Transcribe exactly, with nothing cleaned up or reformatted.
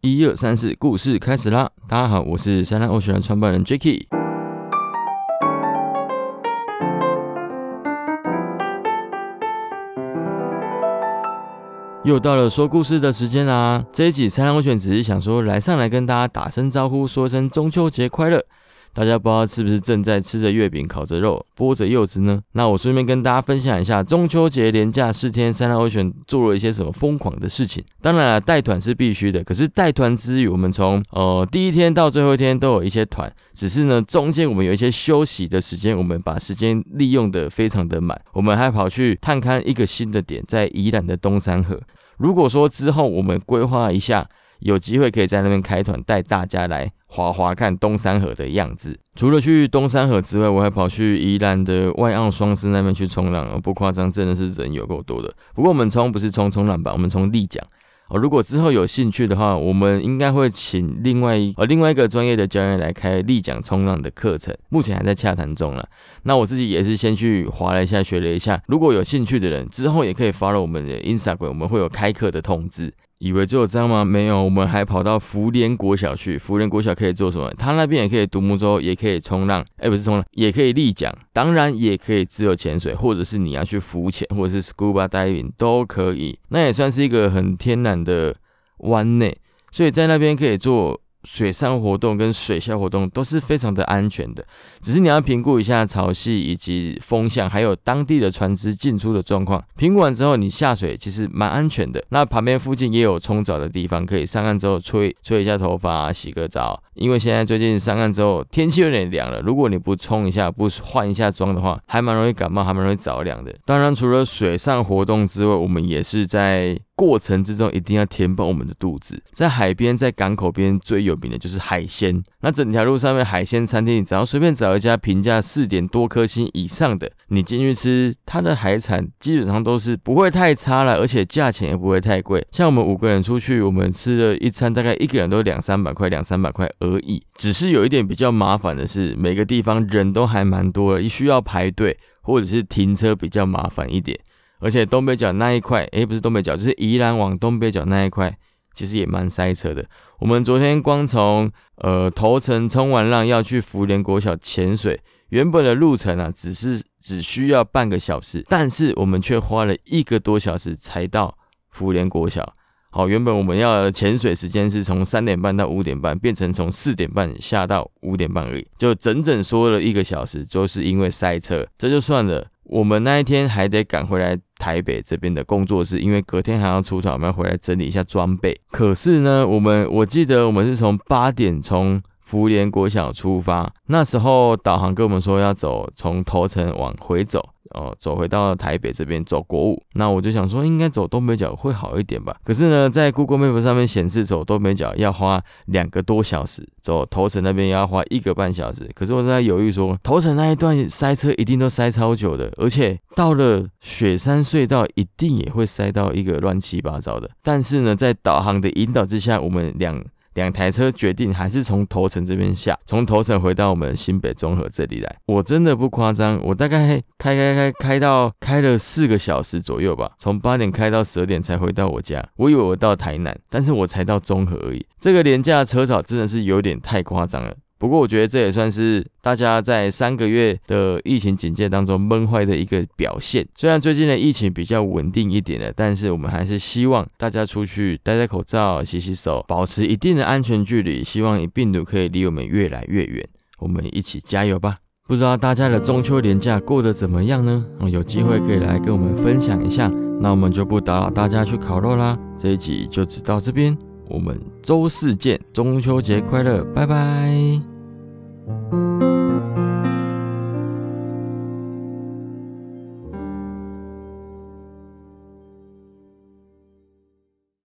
一二三四，故事开始啦！大家好，我是三浪欧学的创办人 Jacky。又到了说故事的时间啦！这一集三浪欧选只是想说来上来跟大家打声招呼，说声中秋节快乐。大家不知道是不是正在吃着月饼、烤着肉、剥着柚子呢？那我顺便跟大家分享一下中秋节连假四天，三浪欧选做了一些什么疯狂的事情。当然了，带团是必须的，可是带团之余，我们从呃第一天到最后一天都有一些团，只是呢中间我们有一些休息的时间，我们把时间利用得非常的满。我们还跑去探勘一个新的点，在宜兰的东山河。如果说之后我们规划一下，有机会可以在那边开团，带大家来滑滑看东山河的样子。除了去东山河之外，我还跑去宜兰的外澳双狮那边去冲浪，不夸张，真的是人有够多的。不过我们冲不是冲冲浪板，我们冲立桨。哦，如果之后有兴趣的话，我们应该会请另外一呃另外一个专业的教练来开立桨冲浪的课程，目前还在洽谈中了。那我自己也是先去滑了一下，学了一下。如果有兴趣的人，之后也可以 follow 我们的 Instagram， 我们会有开课的通知。以为只有这样吗？没有，我们还跑到福联国小去。福联国小可以做什么？他那边也可以独木舟，也可以冲浪，哎、欸，不是冲浪，也可以立桨，当然也可以自由潜水，或者是你要去浮潜，或者是 scuba diving 都可以。那也算是一个很天然的湾内，所以在那边可以做水上活动跟水下活动都是非常的安全的，只是你要评估一下潮汐以及风向，还有当地的船只进出的状况。评估完之后，你下水其实蛮安全的。那旁边附近也有冲澡的地方，可以上岸之后吹吹一下头发、啊，洗个澡。因为现在最近上岸之后天气有点凉了，如果你不冲一下、不换一下装的话，还蛮容易感冒，还蛮容易着凉的。当然，除了水上活动之外，我们也是在过程之中一定要填饱我们的肚子。在海边、在港口边最有名的就是海鲜。那整条路上面海鲜餐厅，你只要随便找一家评价四点多颗星以上的，你进去吃，它的海产基本上都是不会太差了，而且价钱也不会太贵。像我们五个人出去，我们吃了一餐，大概一个人都两三百块、两三百块而已。只是有一点比较麻烦的是，每个地方人都还蛮多的，需要排队或者是停车比较麻烦一点。而且东北角那一块，诶，不是东北角，就是宜兰往东北角那一块，其实也蛮塞车的。我们昨天光从呃头城冲完浪要去福联国小潜水，原本的路程啊，只是只需要半个小时，但是我们却花了一个多小时才到福联国小。好，原本我们要的潜水时间是从三点半到五点半，变成从四点半下到五点半而已，就整整说了一个小时，就是因为塞车，这就算了。我们那一天还得赶回来台北这边的工作室，因为隔天还要出团，我们要回来整理一下装备。可是呢，我们我记得我们是从八点从福联国小出发，那时候导航跟我们说要走从头城往回走，哦，走回到台北这边走国五。那我就想说应该走东北角会好一点吧。可是呢，在 Google Map 上面显示走东北角要花两个多小时，走头城那边要花一个半小时。可是我在犹豫说，头城那一段塞车一定都塞超久的，而且到了雪山隧道一定也会塞到一个乱七八糟的。但是呢，在导航的引导之下，我们两两台车决定还是从头城这边下，从头城回到我们新北中和这里来。我真的不夸张，我大概开开开开到开了四个小时左右吧，从八点开到十二点才回到我家。我以为我到台南，但是我才到中和而已。这个连假的车潮真的是有点太夸张了。不过我觉得这也算是大家在三个月的疫情警戒当中闷坏的一个表现。虽然最近的疫情比较稳定一点了，但是我们还是希望大家出去戴戴口罩、洗洗手，保持一定的安全距离，希望病毒可以离我们越来越远。我们一起加油吧！不知道大家的中秋连假过得怎么样呢？有机会可以来跟我们分享一下。那我们就不打扰大家去烤肉啦，这一集就只到这边。我们周四见，中秋节快乐，拜拜。